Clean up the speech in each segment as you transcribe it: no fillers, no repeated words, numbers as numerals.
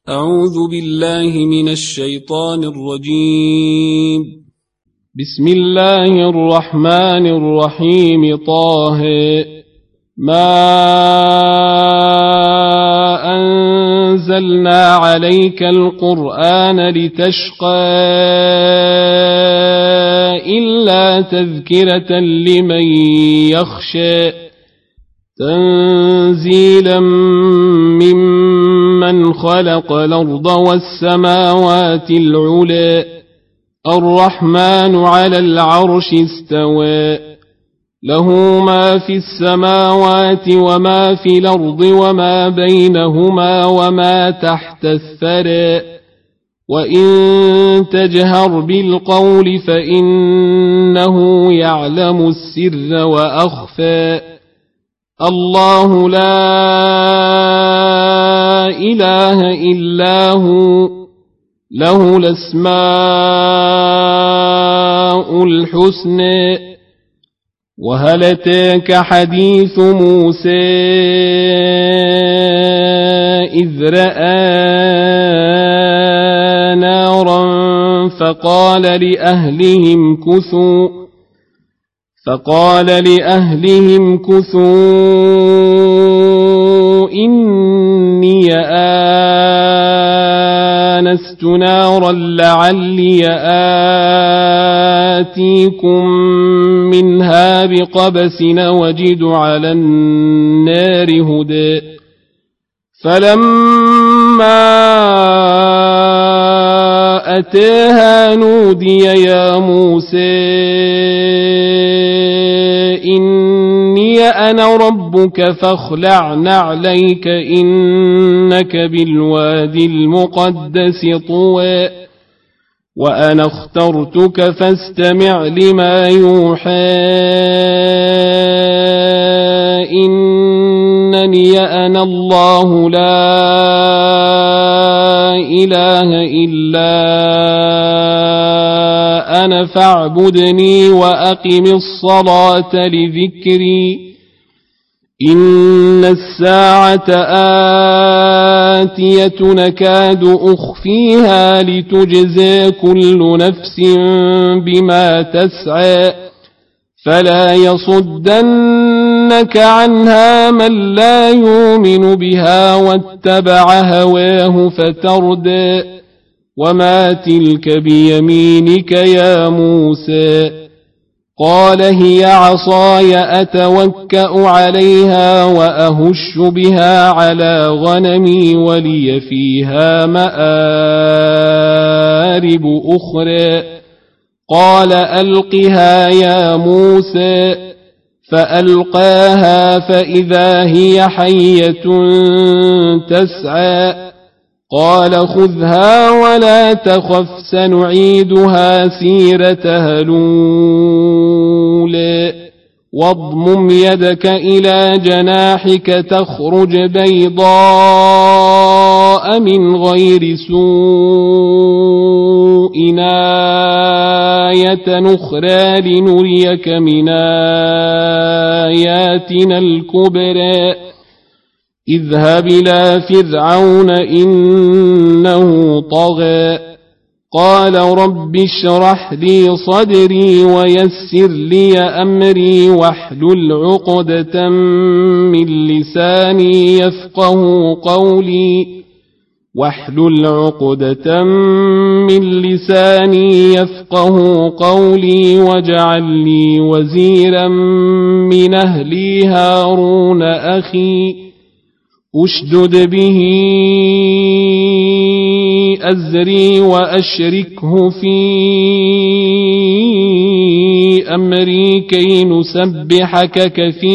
أعوذ بالله من الشيطان الرجيم. بسم الله الرحمن الرحيم. طه ما أنزلنا عليك القرآن لتشقى إلا تذكرة لمن يخشى تنزيلا ممن خلق الأرض والسماوات العلى الرحمن على العرش استوى له ما في السماوات وما في الأرض وما بينهما وما تحت الثرى وإن تجهر بالقول فإنه يعلم السر وأخفى الله لا إله إلا هو له الأسماء الحسنى وهل أتاك حديث موسى إذ رأى نارا فقال لأهلهم كثوا إني آنست نارا لعلي آتيكم منها بقبس وجد على النار هدى فلما أتاها نودي يا موسى إني أنا ربك فاخلع نعليك إنك بالوادي المقدس طوى وأنا اخترتك فاستمع لما يوحى إنني أنا الله لا إله إلا أنا فاعبدني وأقم الصلاة لذكري إن الساعة آتية نكاد أخفيها لتجزى كل نفس بما تسعى فلا يصدنك عنها من لا يؤمن بها واتبع هواه فتردى وما تلك بيمينك يا موسى قال هي عصاي أتوكأ عليها وأهش بها على غنمي ولي فيها مآرب أخرى قال ألقها يا موسى فألقاها فإذا هي حية تسعى قال خذها ولا تخف سنعيدها سيرتها الأولى واضمم يدك إلى جناحك تخرج بيضاء من غير سوء آية أخرى لنريك من آياتنا الكبرى اذهب إلى فرعون إنه طغى قال رب اشرح لي صدري ويسر لي أمري واحلل عقدة من لساني يفقه قولي واجعل لي وزيرا من أهلي هارون أخي أشدد به أزري وأشركه في أمري كي نسبحك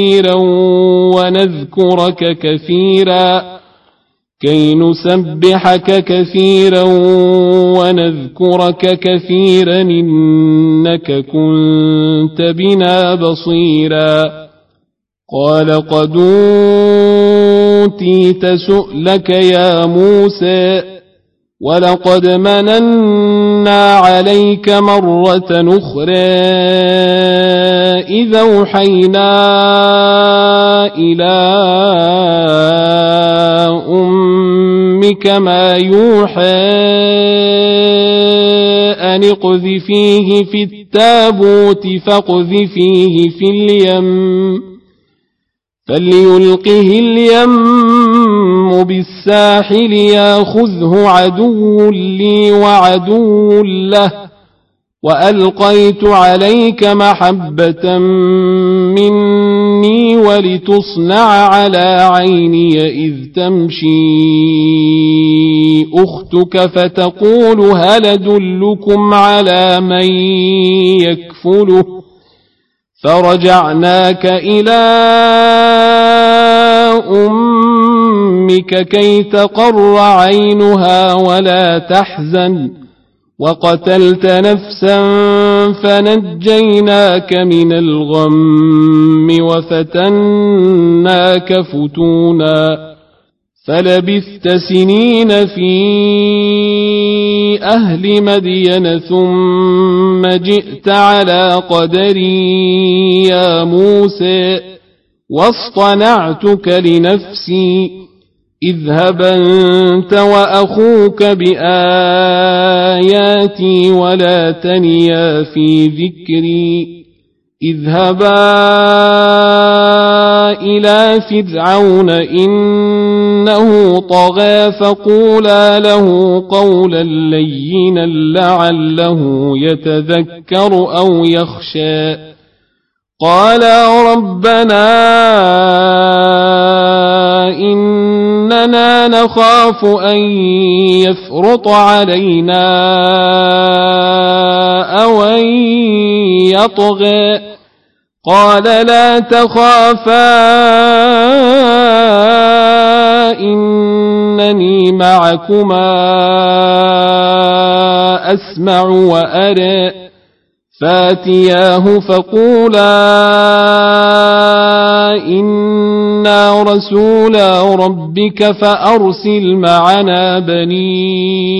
كثيرا ونذكرك كثيرا إنك كنت بنا بصيرا قال قد أوتيت سؤلك يا موسى ولقد مننا عليك مرة أخرى إذا أوحينا إلى أمك ما يوحى أن اقذفيه في التابوت فاقذفيه في اليم فليلقه اليم بالساحل ياخذه عدو لي وعدو له وألقيت عليك محبة مني ولتصنع على عيني إذ تمشي أختك فتقول هل أدلكم على من يكفله فرجعناك إلى أمك كي تقر عينها ولا تحزن وقتلت نفسا فنجيناك من الغم وفتناك فتونا فلبثت سنين في أهل مدين ثم جئت على قدري يا موسى واصطنعتك لنفسي اذهب أنت وأخوك بآياتي ولا تنيا في ذكري اذهبا إلى فرعون إنه طغى فقولا له قولا لينا لعله يتذكر أو يخشى قالا ربنا إننا نخاف أن يفرط علينا أو أن يطغى قال لا تخافا إنني معكما أسمع وأرى فاتياه فقولا إنا رسولا ربك فأرسل معنا بني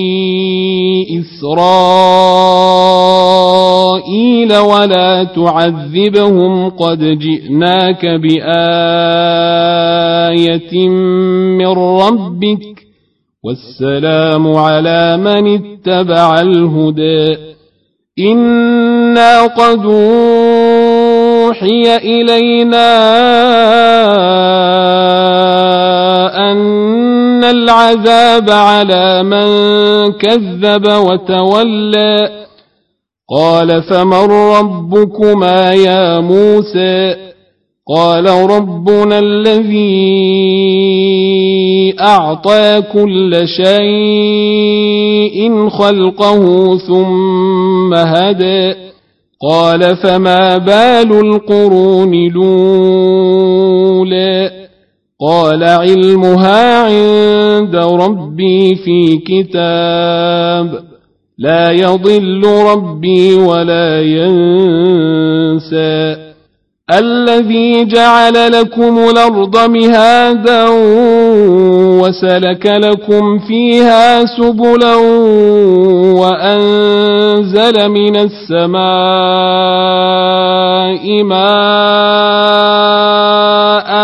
إسرائيل ولا تعذبهم قد جئناك بآية من ربك والسلام على من اتبع الهدى إنا قد أوحي إلينا أن العذاب على من كذب وتولى قال فمن ربكما يا موسى قال ربنا الذي أعطى كل شيء خلقه ثم هدى قال فما بال القرون الأولى قال علمها عند ربي في كتاب لا يضل ربي ولا ينسى الذي جعل لكم الأرض مهادا وسلك لكم فيها سبلا وأنزل من السماء ماء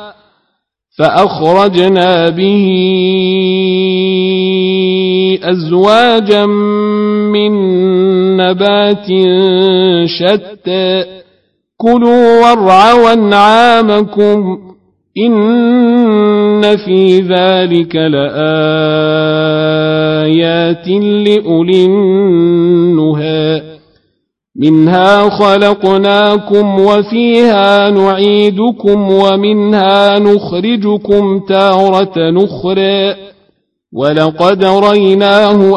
فأخرجنا به أزواجا من نبات شتى كلوا وارعوا أنعامكم إن في ذلك لآيات لأولي النهى منها خلقناكم وفيها نعيدكم ومنها نخرجكم تارة أخرى ولقد ريناه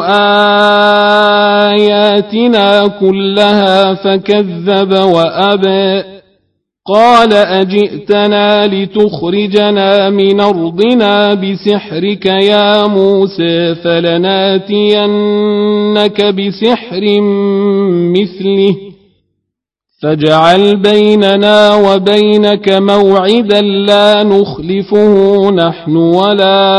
آياتنا كلها فكذب وأبى قال أجئتنا لتخرجنا من أرضنا بسحرك يا موسى فلناتينك بسحر مثله فاجعل بيننا وبينك موعدا لا نخلفه نحن ولا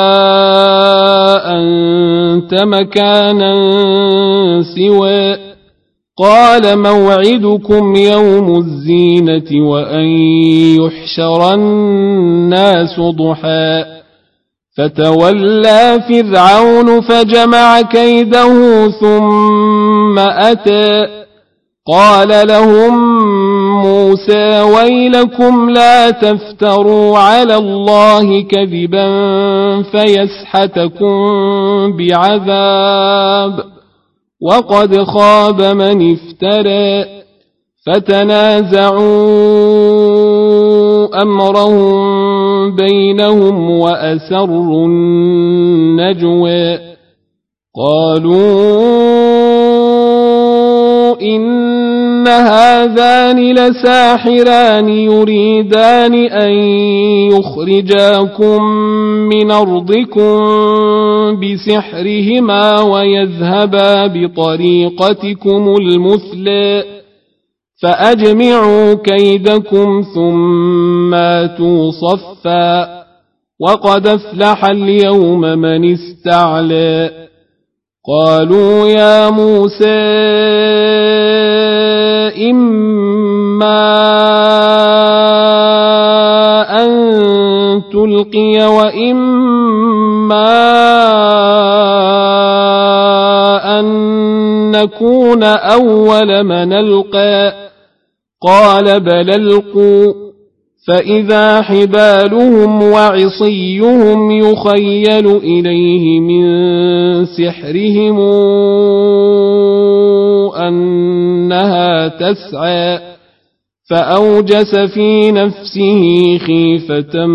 أنت مكانا سوى قال موعدكم يوم الزينة وأن يحشر الناس ضحى فتولى فرعون فجمع كيده ثم أتى قال لهم موسى ويلكم لا تفتروا على الله كذبا فيسحتكم بعذاب وقد خاب من افترى فتنازعوا أمرهم بينهم وأسروا النجوى قالوا إن هذان لساحران يريدان أن يخرجاكم من أرضكم بسحرهما ويذهبا بطريقتكم المثلى فأجمعوا كيدكم ثم آتوا صفا وقد أفلح اليوم من استعلى قالوا يا موسى إما أن تلقي وإما أن نكون أول من ألقى قال بل ألقوا فإذا حبالهم وعصيهم يخيل إليه من سحرهم أنها تسعى فأوجس في نفسه خيفة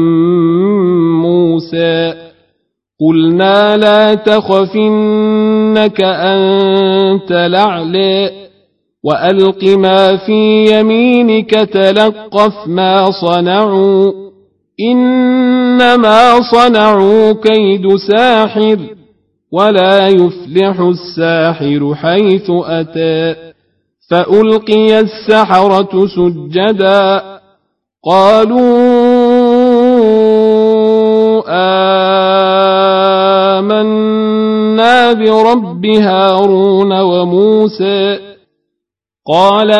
موسى قلنا لا تخف إنك أنت الأعلى وألق ما في يمينك تلقف ما صنعوا إنما صنعوا كيد ساحر ولا يفلح الساحر حيث أتى فألقي السحرة سجدا قالوا آمنا برب هارون وموسى قال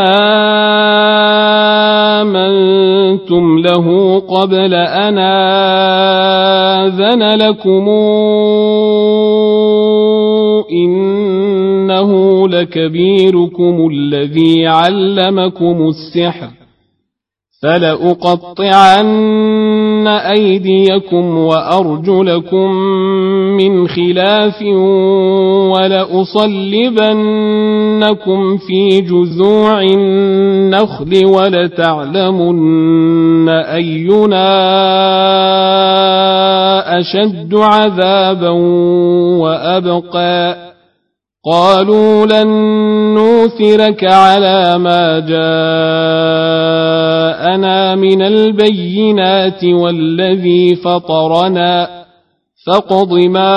آمنتم له قبل أن آذن لكم إنه لكبيركم الذي علمكم السحر فلأقطعن أيديكم وأرجلكم من خلاف ولأصلبنكم في جذوع النخل ولتعلمن أينا أشد عذابا وأبقى قالوا لن نوثرك على ما جاءنا من البينات والذي فطرنا فاقض ما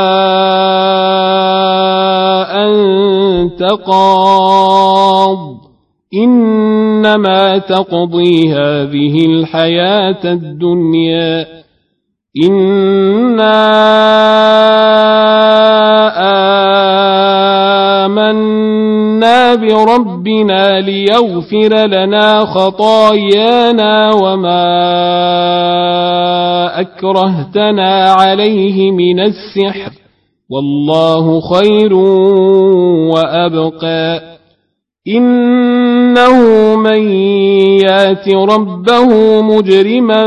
أنت قاض إنما تقضي هذه الحياة الدنيا إنا آمنا بربنا ليغفر لنا خطايانا وما أكرهتنا عليه من السحر والله خير وأبقى إنه من يات ربه مجرما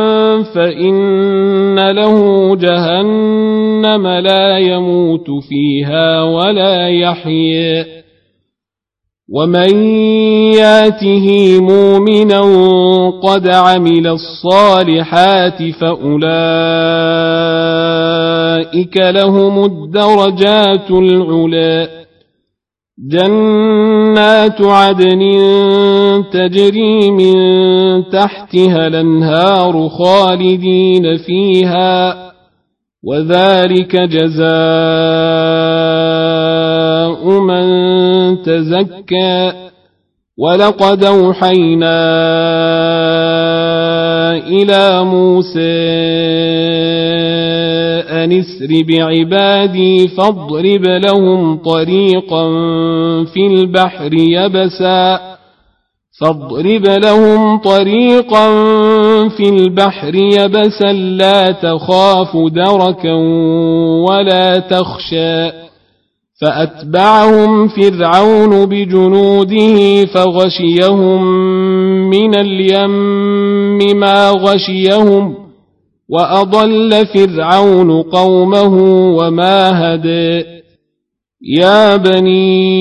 فإن له جهنم لا يموت فيها ولا يحيى ومن ياته مؤمنا قد عمل الصالحات فأولئك لهم الدرجات العلى جنات عدن تجري من تحتها الأنهار خالدين فيها وذلك جزاء من تزكى ولقد أوحينا إلى موسى أن اسر بعبادي فاضرب لهم طريقا في البحر يبسا فاضرب لهم طريقا في البحر يبسا لا تخاف دركا ولا تخشى فأتبعهم فرعون بجنوده فغشيهم من اليم ما غشيهم وأضل فرعون قومه وما هدى يا بني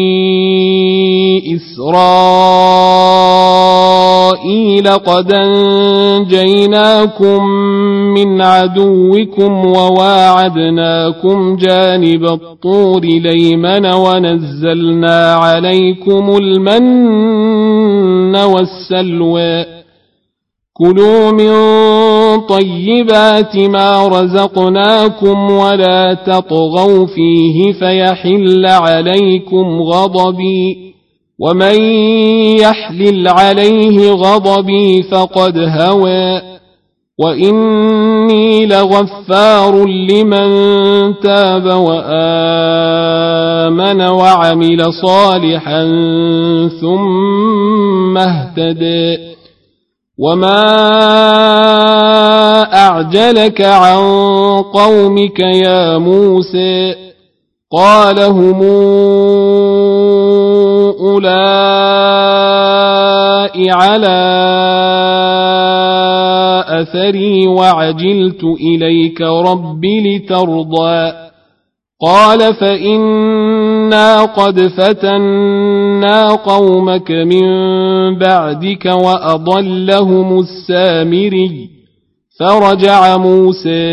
إسرائيل قد أنجيناكم من عدوكم وواعدناكم جانب الطور الأيمن ونزلنا عليكم المن والسلوى كلوا من طيبات ما رزقناكم ولا تطغوا فيه فيحل عليكم غضبي ومن يحلل عليه غضبي فقد هوى وإني لغفار لمن تاب وآمن وعمل صالحا ثم اهتدى وما أعجلك عن قومك يا موسى قال هم أولئك على أثري وعجلت إليك رب لترضى قال فإنا قد فتنا قومك من بعدك وأضلهم السامري فرجع موسى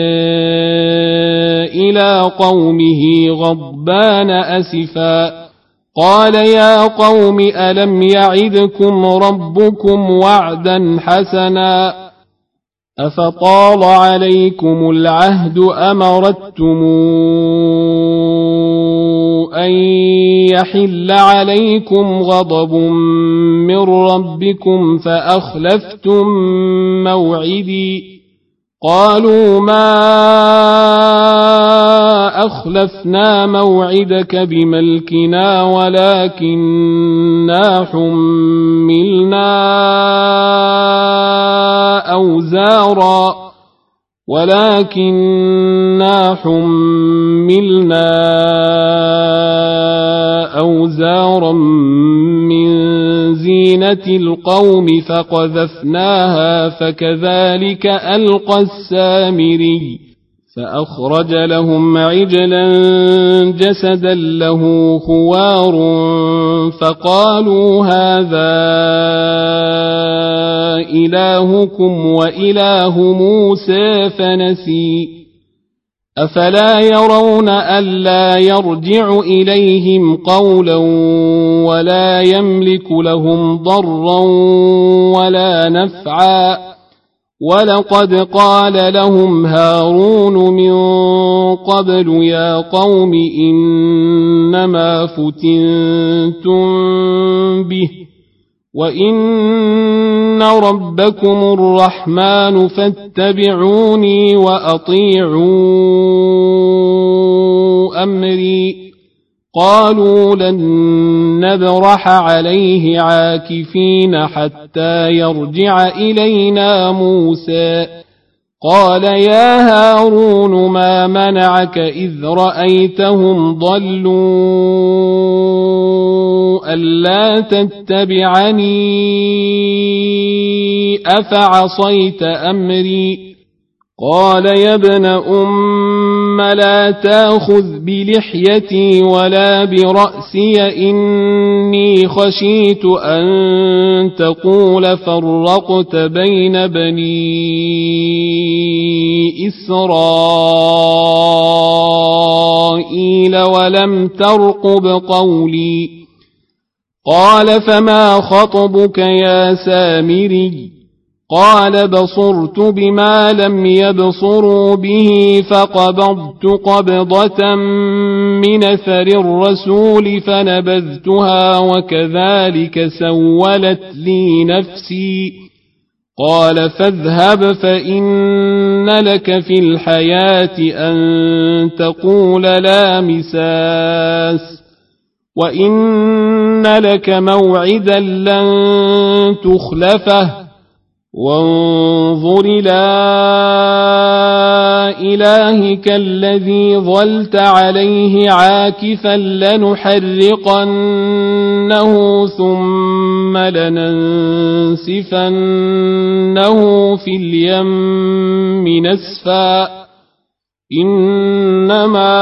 إلى قومه غضبان أسفا قال يا قوم ألم يعدكم ربكم وعدا حسنا أفطال عليكم العهد أمرتم أن يحل عليكم غضب من ربكم فأخلفتم موعدي قالوا ما أخلفنا موعدك بملكنا ولكننا حملنا أوزارا من زينة القوم فقذفناها فكذلك ألقى السامري فأخرج لهم عجلا جسدا له خوار فقالوا هذا إلهكم وإله موسى فنسي أفلا يرون ألا يرجع إليهم قولا ولا يملك لهم ضرا ولا نفعا ولقد قال لهم هارون من قبل يا قوم إنما فتنتم به وإن ربكم الرحمن فاتبعوني وأطيعوا أمري قالوا لن نبرح عليه عاكفين حتى يرجع إلينا موسى قال يا هارون ما منعك إذ رأيتهم ضلوا ألا تتبعني أفعصيت أمري قال يا ابن أم لا تأخذ بلحيتي ولا برأسي إني خشيت أن تقول فرقت بين بني إسرائيل ولم ترقب قولي قال فما خطبك يا سامري قال بصرت بما لم يبصروا به فقبضت قبضة من أثر الرسول فنبذتها وكذلك سولت لي نفسي قال فاذهب فإن لك في الحياة أن تقول لا مساس وإن لك موعدا لن تخلفه وانظر إلى إلهك الذي ظلت عليه عاكفا لنحرقنه ثم لننسفنه في اليم نسفا إنما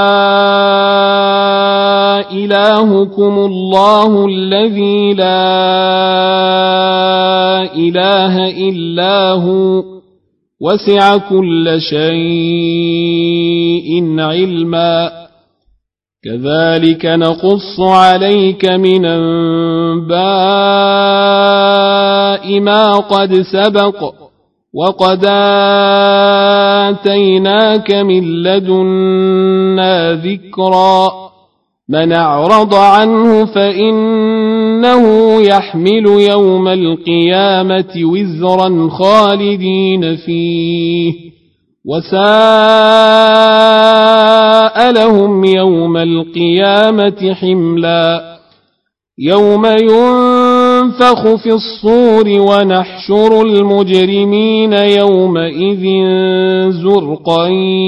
إلهكم الله الذي لا إله إلا هو وسع كل شيء علما كذلك نقص عليك من أنباء ما قد سبق وقد آتيناك من لدنا ذكرا من أعرض عنه فإنه يحمل يوم القيامة وزرا خالدين فيه وساء لهم يوم القيامة حملا يوم ينفخ في الصور ونحشر المجرمين يومئذ زرقا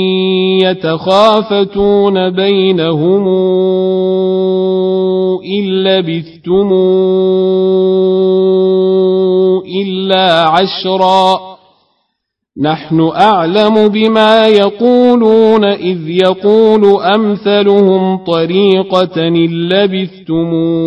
يتخافتون بينهم إن لبثتم إلا عشرا نحن أعلم بما يقولون إذ يقول أمثلهم طريقة إن لبثتم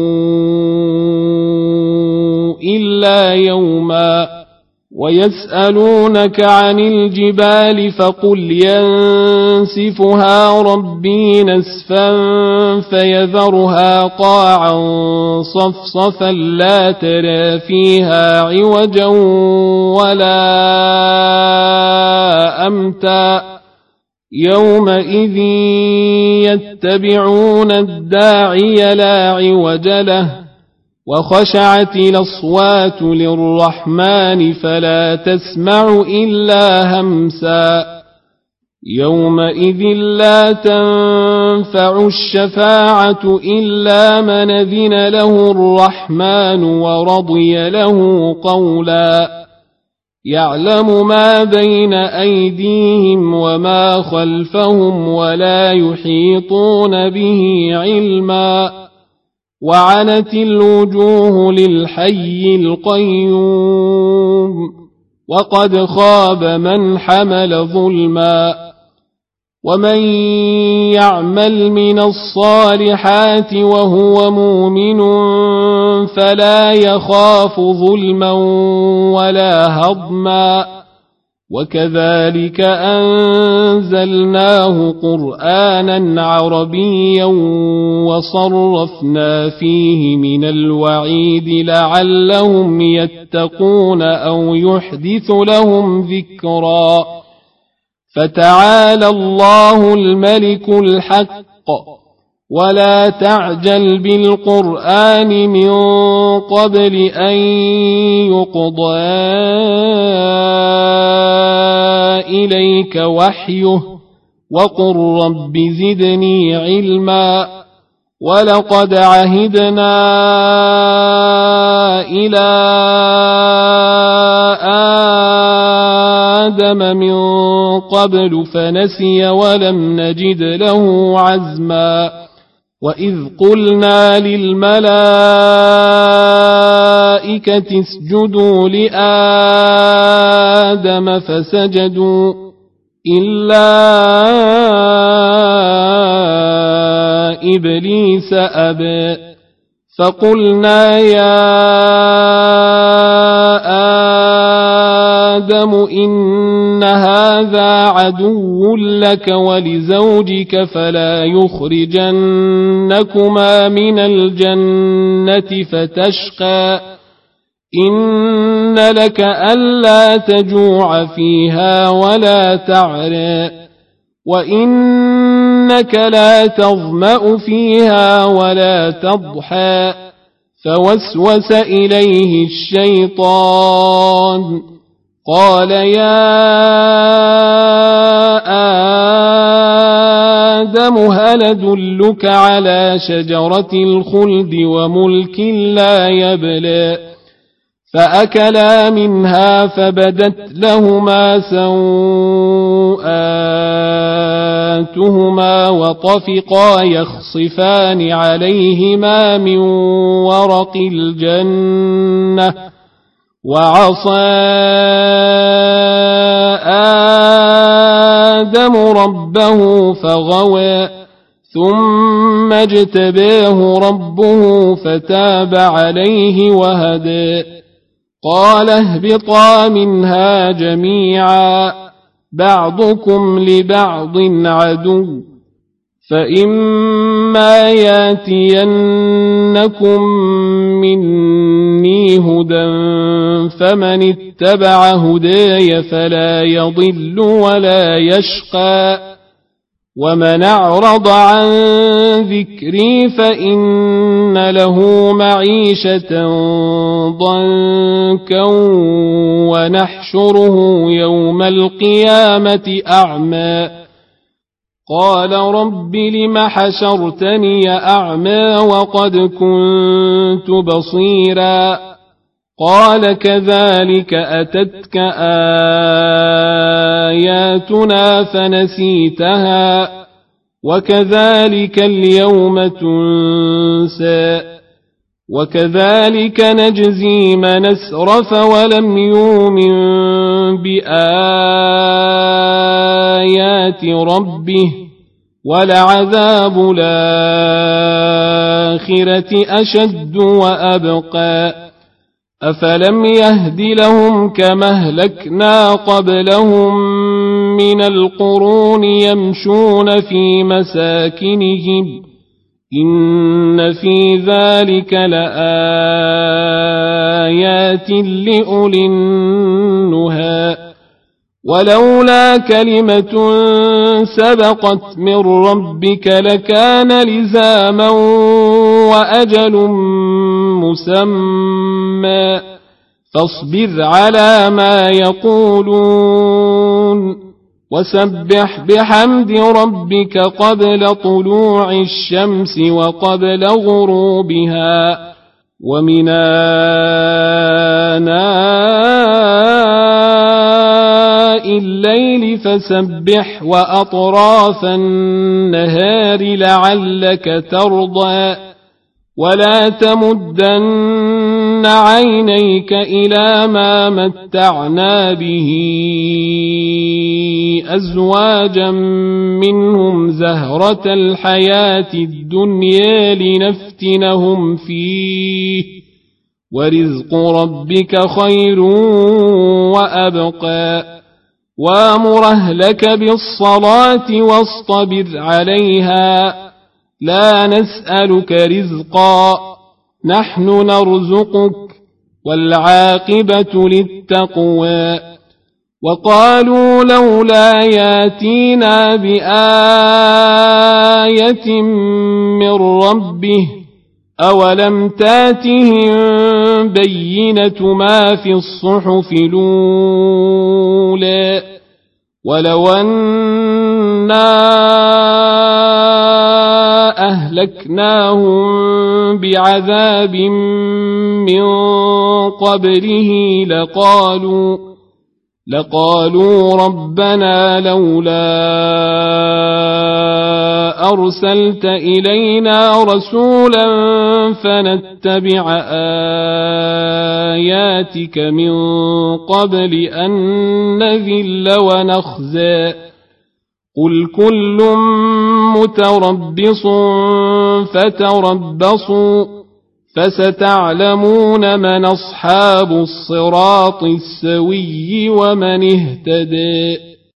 إلا يوما ويسألونك عن الجبال فقل ينسفها ربي نسفا فيذرها قاعا صفصفا لا ترى فيها عوجا ولا أمتا يومئذ يتبعون الداعي لا عوج له وخشعت الأصوات للرحمن فلا تسمع إلا همسا يومئذ لا تنفع الشفاعة إلا من أذن له الرحمن ورضي له قولا يعلم ما بين أيديهم وما خلفهم ولا يحيطون به علما وعنت الوجوه للحي القيوم وقد خاب من حمل ظلما ومن يعمل من الصالحات وهو مؤمن فلا يخاف ظلما ولا هضما وكذلك أنزلناه قرآنا عربيا وصرفنا فيه من الوعيد لعلهم يتقون أو يحدث لهم ذكرا فتعالى الله الملك الحق ولا تعجل بالقرآن من قبل أن يقضى إليك وحيه وقل رب زدني علما ولقد عهدنا إلى آدم من قبل فنسي ولم نجد له عزما وإذ قلنا للملائكة اسجدوا لآدم فسجدوا إلا إبليس أبى فقلنا يا آدم إن هذا عدو لك ولزوجك فلا يخرجنكما من الجنة فتشقى إن لك ألا تجوع فيها ولا تعرى وإنك لا تظمأ فيها ولا تضحى فوسوس إليه الشيطان قال يا آدم هل أدلك على شجرة الخلد وملك لا يبلى فأكلا منها فبدت لهما سوآتهما وطفقا يخصفان عليهما من ورق الجنة وعصى آدم ربه فغوى ثم اجتباه ربه فتاب عليه وهدى قال اهبطا منها جميعا بعضكم لبعض عدو فإما ياتينكم مني هدى فمن اتبع هداي فلا يضل ولا يشقى ومن أعرض عن ذكري فإن له معيشة ضنكا ونحشره يوم القيامة أعمى قال رب لم حشرتني أعمى وقد كنت بصيرا قال كذلك أتتك آياتنا فنسيتها وكذلك اليوم تنسى وكذلك نجزي من أسرف ولم يؤمن بآيات ربه ولعذاب الآخرة أشد وأبقى أفلم يهد لهم كما أهلكنا قبلهم من القرون يمشون في مساكنهم إن في ذلك لآيات لأولي النهى ولولا كلمة سبقت من ربك لكان لزاما وأجل مسمى فاصبر على ما يقولون وسبح بحمد ربك قبل طلوع الشمس وقبل غروبها ومن آناء الليل فسبح وأطراف النهار لعلك ترضى ولا تمدن عينيك إلى ما متعنا به أزواجا منهم زهرة الحياة الدنيا لنفتنهم فيه ورزق ربك خير وأبقى وامر أهلك بالصلاة واصطبر عليها لا نسألك رزقا نحن نرزقك والعاقبة للتقوى وقالوا لولا ياتينا بآية من ربه أولم تاتهم بينة ما في الصحف الأولى ولو أنا أهلكناهم بعذاب من قبله لقالوا ربنا لولا أرسلت إلينا رسولا فنتبع آياتك من قبل أن نذل ونخزى قل كل متربص فتربصوا فستعلمون من أصحاب الصراط السوي ومن اهتدى